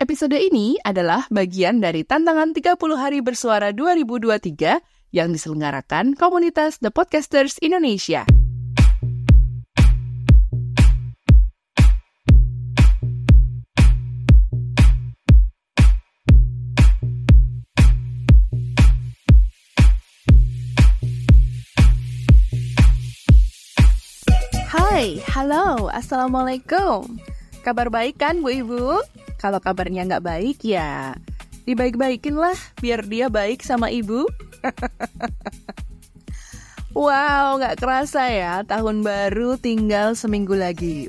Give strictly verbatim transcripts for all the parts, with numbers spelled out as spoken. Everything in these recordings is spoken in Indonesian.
Episode ini adalah bagian dari tantangan tiga puluh hari bersuara dua ribu dua puluh tiga yang diselenggarakan komunitas The Podcasters Indonesia. Hai, halo, assalamualaikum. Kabar baik kan Bu Ibu? Kalau kabarnya nggak baik ya dibaik-baikin lah biar dia baik sama Ibu. Wow, nggak kerasa ya, tahun baru tinggal seminggu lagi.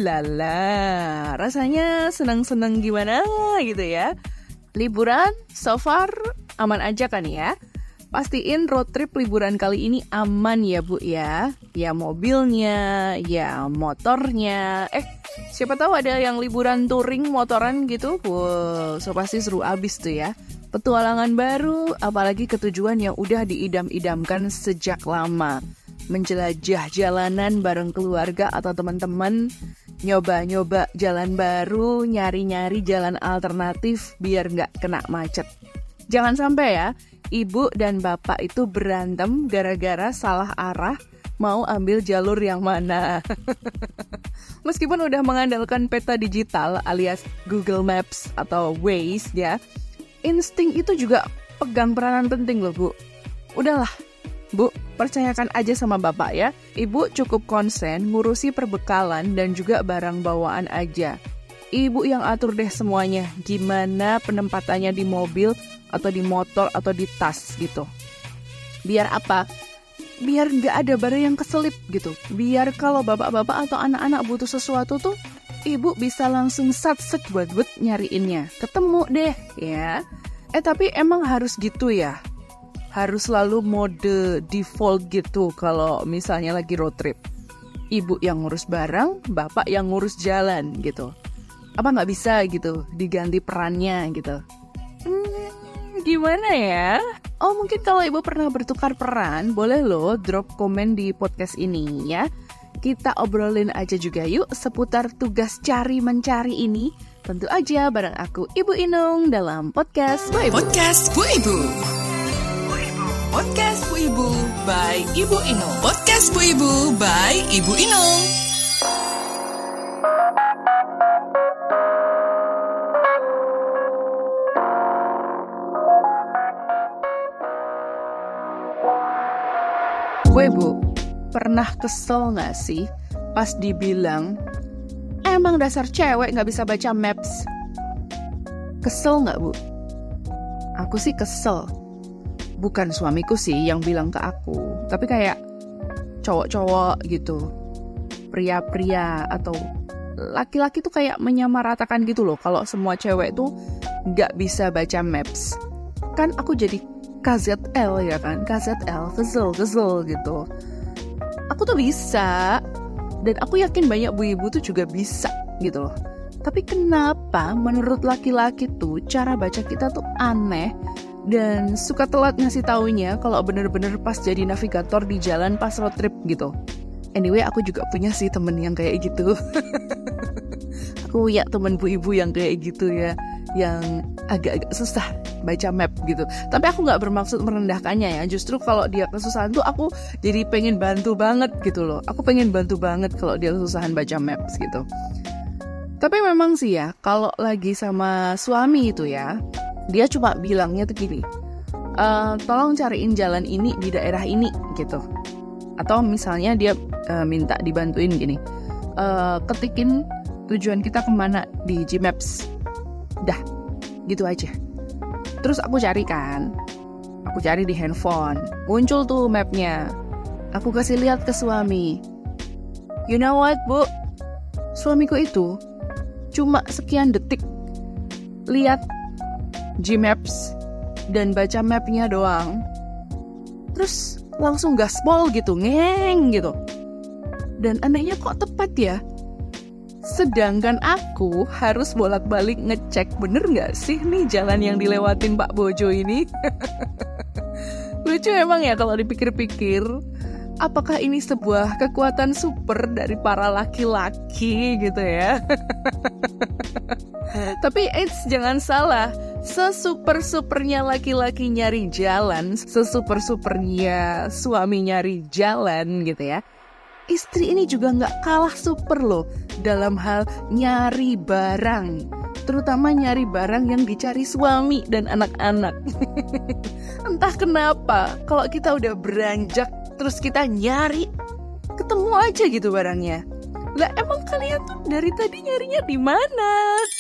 Ulala, rasanya senang-senang gimana gitu ya. Liburan so far aman aja kan ya? Pastiin road trip liburan kali ini aman ya Bu ya. Ya mobilnya, ya motornya. Eh, siapa tahu ada yang liburan touring motoran gitu. Wow, so pasti seru abis tuh ya. Petualangan baru, apalagi ketujuan yang udah diidam-idamkan sejak lama. Menjelajah jalanan bareng keluarga atau teman-teman. Nyoba-nyoba jalan baru, nyari-nyari jalan alternatif biar nggak kena macet. Jangan sampai ya, Ibu dan Bapak itu berantem gara-gara salah arah mau ambil jalur yang mana. Meskipun udah mengandalkan peta digital alias Google Maps atau Waze ya, insting itu juga pegang peranan penting loh Bu. Udahlah Bu, percayakan aja sama Bapak ya. Ibu cukup konsen ngurusi perbekalan dan juga barang bawaan aja. Ibu yang atur deh semuanya, gimana penempatannya di mobil atau di motor atau di tas gitu. Biar apa? Biar nggak ada barang yang keselip gitu. Biar kalau bapak-bapak atau anak-anak butuh sesuatu tuh, ibu bisa langsung sat-set buat-buat nyariinnya. Ketemu deh ya. Eh tapi emang harus gitu ya? Harus selalu mode default gitu kalau misalnya lagi road trip. Ibu yang ngurus barang, bapak yang ngurus jalan gitu. Apa nggak bisa gitu diganti perannya gitu? Hmm, gimana ya? Oh mungkin kalau ibu pernah bertukar peran, boleh loh drop komen di podcast ini ya. Kita obrolin aja juga yuk seputar tugas cari-mencari ini. Tentu aja bareng aku Ibu Inung dalam podcast Bu Ibu. Podcast Bu Ibu. Podcast Bu Ibu by Ibu Inung. Podcast Bu Ibu by Ibu Inung. Bu Ibu, pernah kesel gak sih pas dibilang emang dasar cewek gak bisa baca maps? Kesel gak Bu? Aku sih kesel. Bukan suamiku sih yang bilang ke aku, tapi kayak cowok-cowok gitu, pria-pria atau laki-laki tuh kayak menyamaratakan gitu loh kalau semua cewek tuh gak bisa baca maps. Kan aku jadi K Z L ya kan, K Z L, kesel, kesel gitu. Aku tuh bisa, dan aku yakin banyak bu ibu tuh juga bisa gitu loh. Tapi kenapa menurut laki-laki tuh cara baca kita tuh aneh dan suka telat ngasih taunya kalau bener-bener pas jadi navigator di jalan pas road trip gitu. Anyway, aku juga punya sih temen yang kayak gitu. Aku punya temen bu ibu yang kayak gitu ya, yang agak-agak susah baca map gitu. Tapi aku gak bermaksud merendahkannya ya. Justru kalau dia kesusahan tuh aku jadi pengen bantu banget gitu loh. Aku pengen bantu banget kalau dia kesusahan baca maps gitu. Tapi memang sih ya, kalau lagi sama suami itu ya, dia cuma bilangnya tuh gini, e, tolong cariin jalan ini di daerah ini gitu. Atau misalnya dia e, minta dibantuin gini, e, ketikin tujuan kita kemana di Gmaps. Dah, gitu aja. Terus aku cari kan, aku cari di handphone, muncul tuh mapnya. Aku kasih lihat ke suami. You know what Bu? Suamiku itu cuma sekian detik lihat Gmaps dan baca mapnya doang, terus langsung gaspol gitu, ngeng gitu. Dan anehnya kok tepat ya. Sedangkan aku harus bolak-balik ngecek bener gak sih nih jalan yang dilewatin Pak Bojo ini. Lucu emang ya kalau dipikir-pikir. Apakah ini sebuah kekuatan super dari para laki-laki gitu ya? Tapi eits, jangan salah, sesuper-supernya laki-laki nyari jalan, sesuper-supernya suami nyari jalan gitu ya, istri ini juga gak kalah super loh dalam hal nyari barang, terutama nyari barang yang dicari suami dan anak-anak. Entah kenapa, kalau kita udah beranjak terus kita nyari, ketemu aja gitu barangnya. Lah emang kalian tuh dari tadi nyarinya di mana?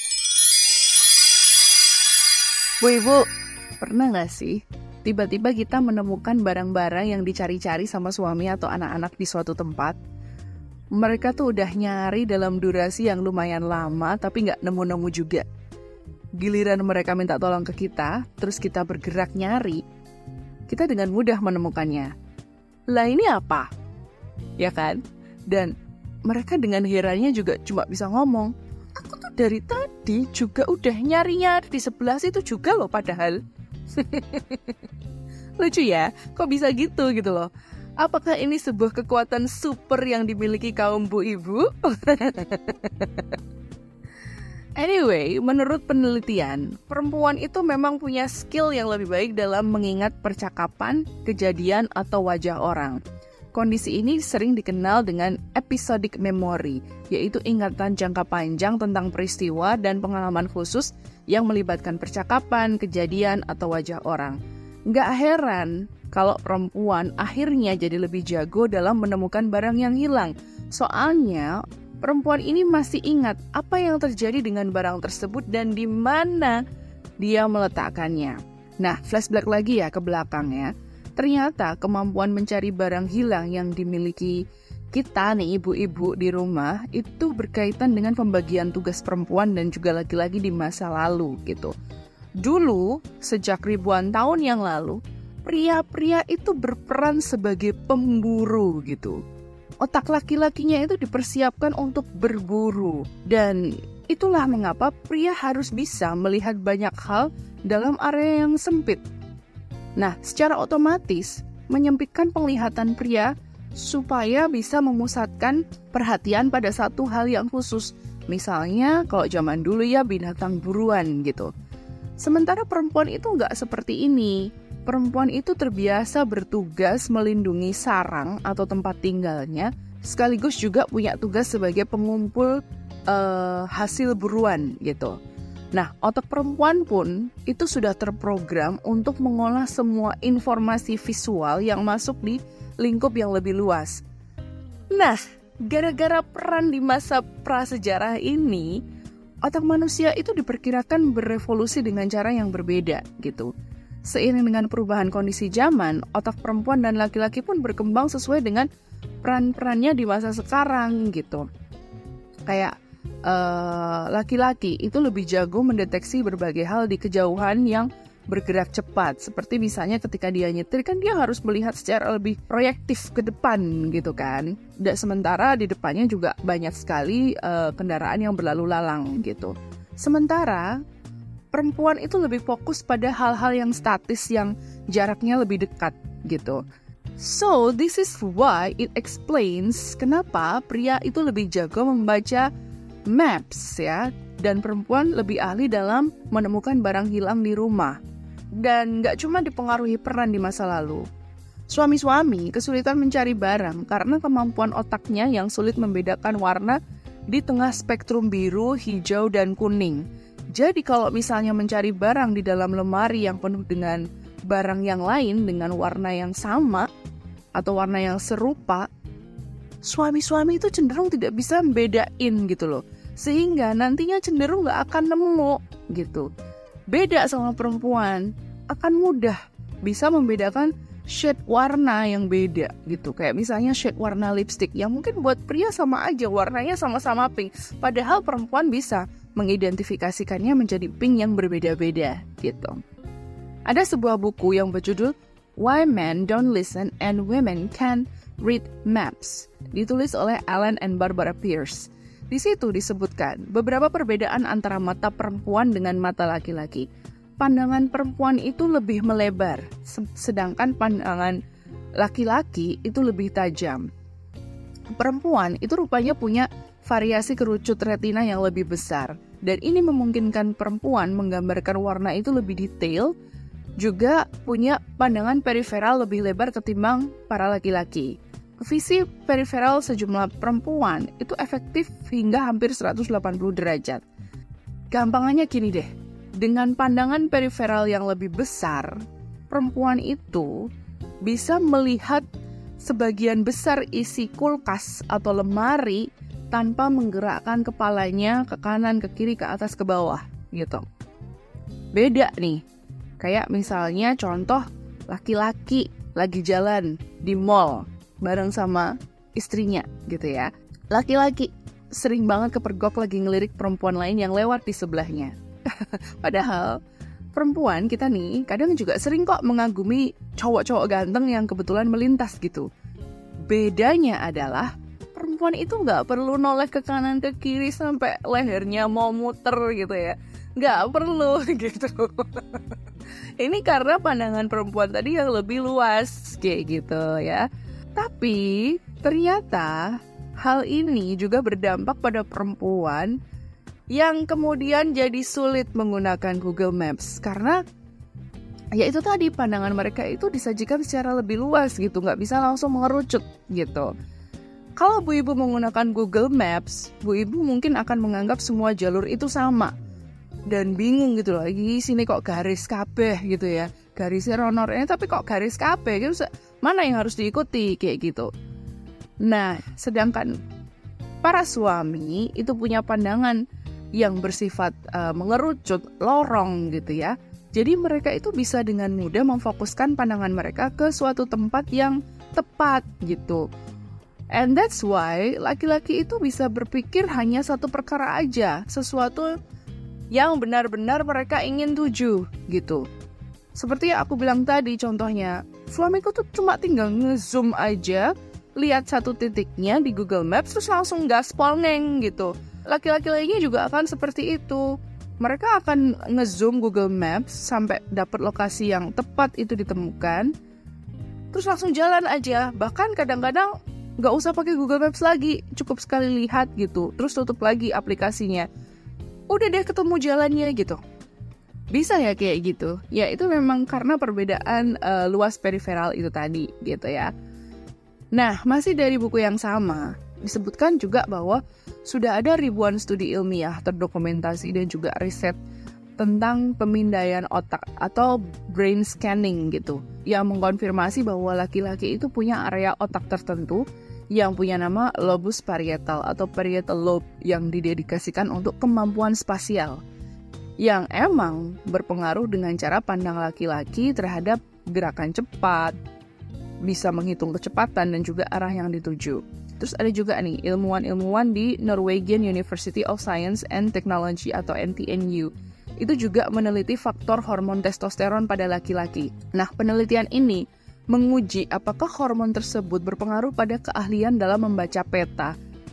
Bu Ibu, pernah gak sih tiba-tiba kita menemukan barang-barang yang dicari-cari sama suami atau anak-anak di suatu tempat? Mereka tuh udah nyari dalam durasi yang lumayan lama tapi gak nemu-nemu juga. Giliran mereka minta tolong ke kita, terus kita bergerak nyari, kita dengan mudah menemukannya. Lah ini apa? Ya kan? Dan mereka dengan herannya juga cuma bisa ngomong, aku tuh dari tadi juga udah nyari-nyari di sebelah situ juga loh padahal. Lucu ya, kok bisa gitu gitu loh. Apakah ini sebuah kekuatan super yang dimiliki kaum bu ibu? Anyway, menurut penelitian, perempuan itu memang punya skill yang lebih baik dalam mengingat percakapan, kejadian, atau wajah orang. Kondisi ini sering dikenal dengan episodic memory, yaitu ingatan jangka panjang tentang peristiwa dan pengalaman khusus yang melibatkan percakapan, kejadian, atau wajah orang. Nggak heran kalau perempuan akhirnya jadi lebih jago dalam menemukan barang yang hilang. Soalnya, perempuan ini masih ingat apa yang terjadi dengan barang tersebut dan di mana dia meletakkannya. Nah, flashback lagi ya ke belakang ya. Ternyata kemampuan mencari barang hilang yang dimiliki kita nih ibu-ibu di rumah itu berkaitan dengan pembagian tugas perempuan dan juga laki-laki di masa lalu gitu. Dulu, sejak ribuan tahun yang lalu, pria-pria itu berperan sebagai pemburu gitu. Otak laki-lakinya itu dipersiapkan untuk berburu. Dan itulah mengapa pria harus bisa melihat banyak hal dalam area yang sempit. Nah, secara otomatis menyempitkan penglihatan pria supaya bisa memusatkan perhatian pada satu hal yang khusus. Misalnya kalau zaman dulu ya binatang buruan gitu. Sementara perempuan itu nggak seperti ini. Perempuan itu terbiasa bertugas melindungi sarang atau tempat tinggalnya, sekaligus juga punya tugas sebagai pengumpul uh, hasil buruan gitu. Nah, otak perempuan pun itu sudah terprogram untuk mengolah semua informasi visual yang masuk di lingkup yang lebih luas. Nah, gara-gara peran di masa prasejarah ini, otak manusia itu diperkirakan berevolusi dengan cara yang berbeda gitu. Seiring dengan perubahan kondisi zaman, otak perempuan dan laki-laki pun berkembang sesuai dengan peran-perannya di masa sekarang gitu. Kayak uh, laki-laki itu lebih jago mendeteksi berbagai hal di kejauhan yang bergerak cepat. Seperti misalnya ketika dia nyetir kan dia harus melihat secara lebih proyektif ke depan gitu kan. Dan sementara di depannya juga banyak sekali uh, kendaraan yang berlalu lalang gitu. Sementara perempuan itu lebih fokus pada hal-hal yang statis yang jaraknya lebih dekat gitu. So, this is why it explains kenapa pria itu lebih jago membaca maps ya, dan perempuan lebih ahli dalam menemukan barang hilang di rumah. Dan gak cuma dipengaruhi peran di masa lalu. Suami-suami kesulitan mencari barang karena kemampuan otaknya yang sulit membedakan warna di tengah spektrum biru, hijau, dan kuning. Jadi kalau misalnya mencari barang di dalam lemari yang penuh dengan barang yang lain dengan warna yang sama atau warna yang serupa, suami-suami itu cenderung tidak bisa membedain gitu loh. Sehingga nantinya cenderung gak akan nemu gitu. Beda sama perempuan, akan mudah bisa membedakan shade warna yang beda gitu. Kayak misalnya shade warna lipstick yang mungkin buat pria sama aja, warnanya sama-sama pink. Padahal perempuan bisa mengidentifikasikannya menjadi pink yang berbeda-beda gitu. Ada sebuah buku yang berjudul Why Men Don't Listen and Women Can Read Maps, ditulis oleh Alan and Barbara Pierce. Di situ disebutkan beberapa perbedaan antara mata perempuan dengan mata laki-laki. Pandangan perempuan itu lebih melebar, sedangkan pandangan laki-laki itu lebih tajam. Perempuan itu rupanya punya variasi kerucut retina yang lebih besar. Dan ini memungkinkan perempuan menggambarkan warna itu lebih detail, juga punya pandangan periferal lebih lebar ketimbang para laki-laki. Visi periferal sejumlah perempuan itu efektif hingga hampir seratus delapan puluh derajat. Gampangannya gini deh, dengan pandangan periferal yang lebih besar, perempuan itu bisa melihat sebagian besar isi kulkas atau lemari tanpa menggerakkan kepalanya ke kanan, ke kiri, ke atas, ke bawah gitu. Beda nih, kayak misalnya contoh laki-laki lagi jalan di mall bareng sama istrinya gitu ya. Laki-laki sering banget kepergok lagi ngelirik perempuan lain yang lewat di sebelahnya. Padahal perempuan kita nih kadang juga sering kok mengagumi cowok-cowok ganteng yang kebetulan melintas gitu. Bedanya adalah perempuan itu gak perlu noleh ke kanan ke kiri sampai lehernya mau muter gitu ya. Gak perlu gitu. Ini karena pandangan perempuan tadi yang lebih luas kayak gitu ya. Tapi ternyata hal ini juga berdampak pada perempuan yang kemudian jadi sulit menggunakan Google Maps. Karena ya itu tadi, pandangan mereka itu disajikan secara lebih luas gitu, nggak bisa langsung mengerucut gitu. Kalau Bu Ibu menggunakan Google Maps, Bu Ibu mungkin akan menganggap semua jalur itu sama. Dan bingung gitu loh, di sini kok garis kabeh gitu ya. Garisnya ronor ini tapi kok garis kabeh gitu, mana yang harus diikuti kayak gitu. Nah, sedangkan para suami itu punya pandangan yang bersifat uh, mengerucut, lorong gitu ya. Jadi mereka itu bisa dengan mudah memfokuskan pandangan mereka ke suatu tempat yang tepat gitu. And that's why laki-laki itu bisa berpikir hanya satu perkara aja, sesuatu yang benar-benar mereka ingin tuju gitu. Seperti yang aku bilang tadi contohnya, suamiku tuh cuma tinggal nge-zoom aja, lihat satu titiknya di Google Maps terus langsung gaspol neng gitu. Laki-laki lainnya juga akan seperti itu. Mereka akan nge-zoom Google Maps sampai dapat lokasi yang tepat itu ditemukan, terus langsung jalan aja. Bahkan kadang-kadang nggak usah pakai Google Maps lagi, cukup sekali lihat gitu, terus tutup lagi aplikasinya. Udah deh ketemu jalannya gitu. Bisa ya kayak gitu. Ya itu memang karena perbedaan uh, luas periferal itu tadi gitu ya. Nah, masih dari buku yang sama, disebutkan juga bahwa sudah ada ribuan studi ilmiah terdokumentasi dan juga riset tentang pemindaian otak atau brain scanning gitu, yang mengkonfirmasi bahwa laki-laki itu punya area otak tertentu yang punya nama lobus parietal atau parietal lobe yang didedikasikan untuk kemampuan spasial, yang emang berpengaruh dengan cara pandang laki-laki terhadap gerakan cepat, bisa menghitung kecepatan dan juga arah yang dituju. Terus ada juga nih ilmuwan-ilmuwan di Norwegian University of Science and Technology atau N T N U. Itu juga meneliti faktor hormon testosteron pada laki-laki. Nah, penelitian ini menguji apakah hormon tersebut berpengaruh pada keahlian dalam membaca peta.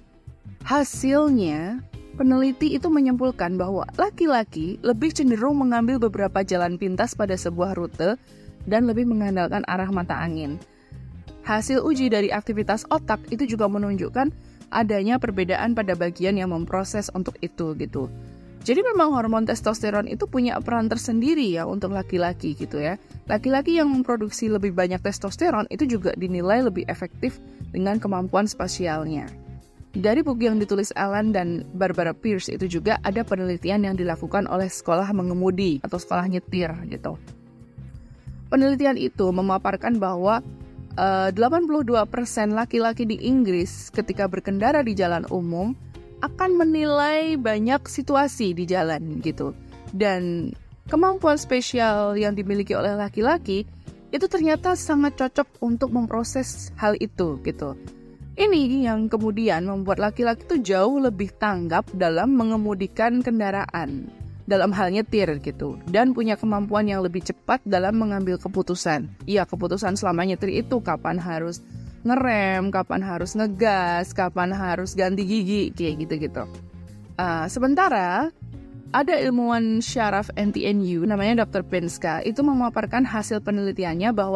Hasilnya, peneliti itu menyimpulkan bahwa laki-laki lebih cenderung mengambil beberapa jalan pintas pada sebuah rute dan lebih mengandalkan arah mata angin. Hasil uji dari aktivitas otak itu juga menunjukkan adanya perbedaan pada bagian yang memproses untuk itu gitu. Jadi memang hormon testosteron itu punya peran tersendiri ya untuk laki-laki gitu ya. Laki-laki yang memproduksi lebih banyak testosteron itu juga dinilai lebih efektif dengan kemampuan spasialnya. Dari buku yang ditulis Alan dan Barbara Pierce itu juga ada penelitian yang dilakukan oleh sekolah mengemudi atau sekolah nyetir gitu. Penelitian itu memaparkan bahwa uh, delapan puluh dua persen laki-laki di Inggris ketika berkendara di jalan umum akan menilai banyak situasi di jalan gitu. Dan kemampuan spesial yang dimiliki oleh laki-laki itu ternyata sangat cocok untuk memproses hal itu gitu. Ini yang kemudian membuat laki-laki itu jauh lebih tanggap dalam mengemudikan kendaraan, dalam hal nyetir gitu, dan punya kemampuan yang lebih cepat dalam mengambil keputusan. Iya, keputusan selama nyetir itu kapan harus ngerem, kapan harus ngegas, kapan harus ganti gigi, kayak gitu-gitu. Uh, sementara ada ilmuwan syaraf N T N U namanya dokter Penska itu memaparkan hasil penelitiannya bahwa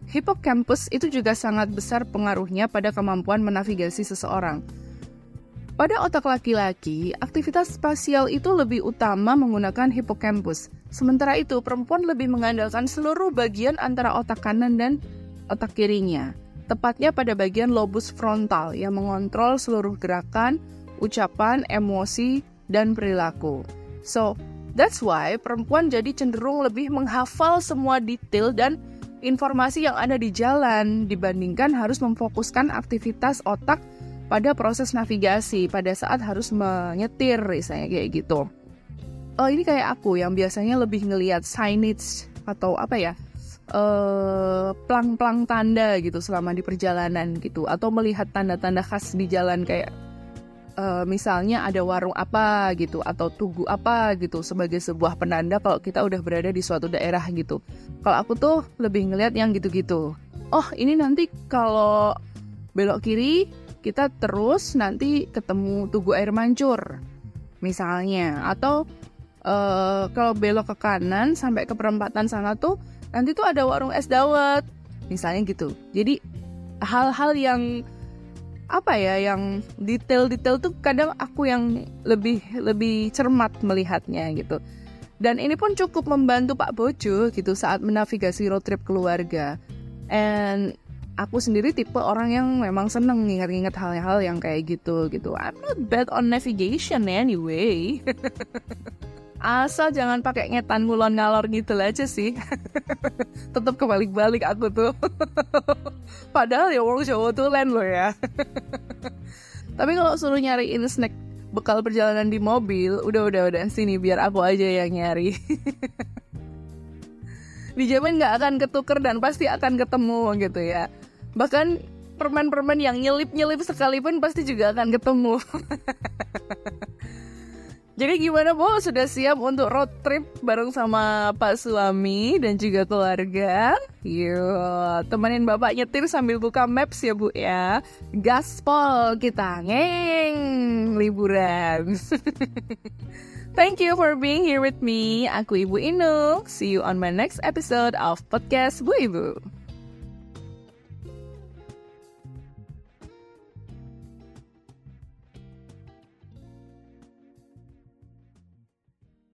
Hippocampus itu juga sangat besar pengaruhnya pada kemampuan menavigasi seseorang. Pada otak laki-laki, aktivitas spasial itu lebih utama menggunakan hippocampus. Sementara itu, perempuan lebih mengandalkan seluruh bagian antara otak kanan dan otak kirinya. Tepatnya pada bagian lobus frontal yang mengontrol seluruh gerakan, ucapan, emosi, dan perilaku. So, that's why perempuan jadi cenderung lebih menghafal semua detail dan informasi yang ada di jalan dibandingkan harus memfokuskan aktivitas otak pada proses navigasi pada saat harus menyetir, misalnya kayak gitu. Oh, ini kayak aku yang biasanya lebih ngelihat signage atau apa ya, uh, plang-plang tanda gitu selama di perjalanan gitu, atau melihat tanda-tanda khas di jalan kayak uh, misalnya ada warung apa gitu atau tugu apa gitu sebagai sebuah penanda kalau kita udah berada di suatu daerah gitu. Kalau aku tuh lebih ngelihat yang gitu-gitu. Oh, ini nanti kalau belok kiri kita terus nanti ketemu Tugu Air Mancur misalnya, atau uh, kalau belok ke kanan sampai ke perempatan sana tuh nanti tuh ada warung es dawet misalnya gitu. Jadi hal-hal yang apa ya, yang detail-detail tuh kadang aku yang lebih lebih cermat melihatnya gitu. Dan ini pun cukup membantu Pak Bojo gitu saat menavigasi road trip keluarga. And aku sendiri tipe orang yang memang seneng nginget-nginget hal-hal yang kayak gitu gitu. I'm not bad on navigation anyway. Asal jangan pakai ngetan ngulon ngalor gitu aja sih. Tetap kebalik-balik aku tuh. Padahal ya orang Jawa tuh lain loh ya. Tapi kalau suruh nyariin snack bekal perjalanan di mobil, udah-udah-udah sini biar aku aja yang nyari. Dijamin gak akan ketuker dan pasti akan ketemu gitu ya. Bahkan permen-permen yang nyelip-nyelip sekalipun pasti juga akan ketemu. Jadi gimana Bu? Sudah siap untuk road trip bareng sama Pak suami dan juga keluarga? Yuk, temenin Bapak nyetir sambil buka maps ya Bu ya. Gaspol kita, ngeng, liburan. Thank you for being here with me. Aku Ibu Inung. See you on my next episode of Podcast Bu Ibu.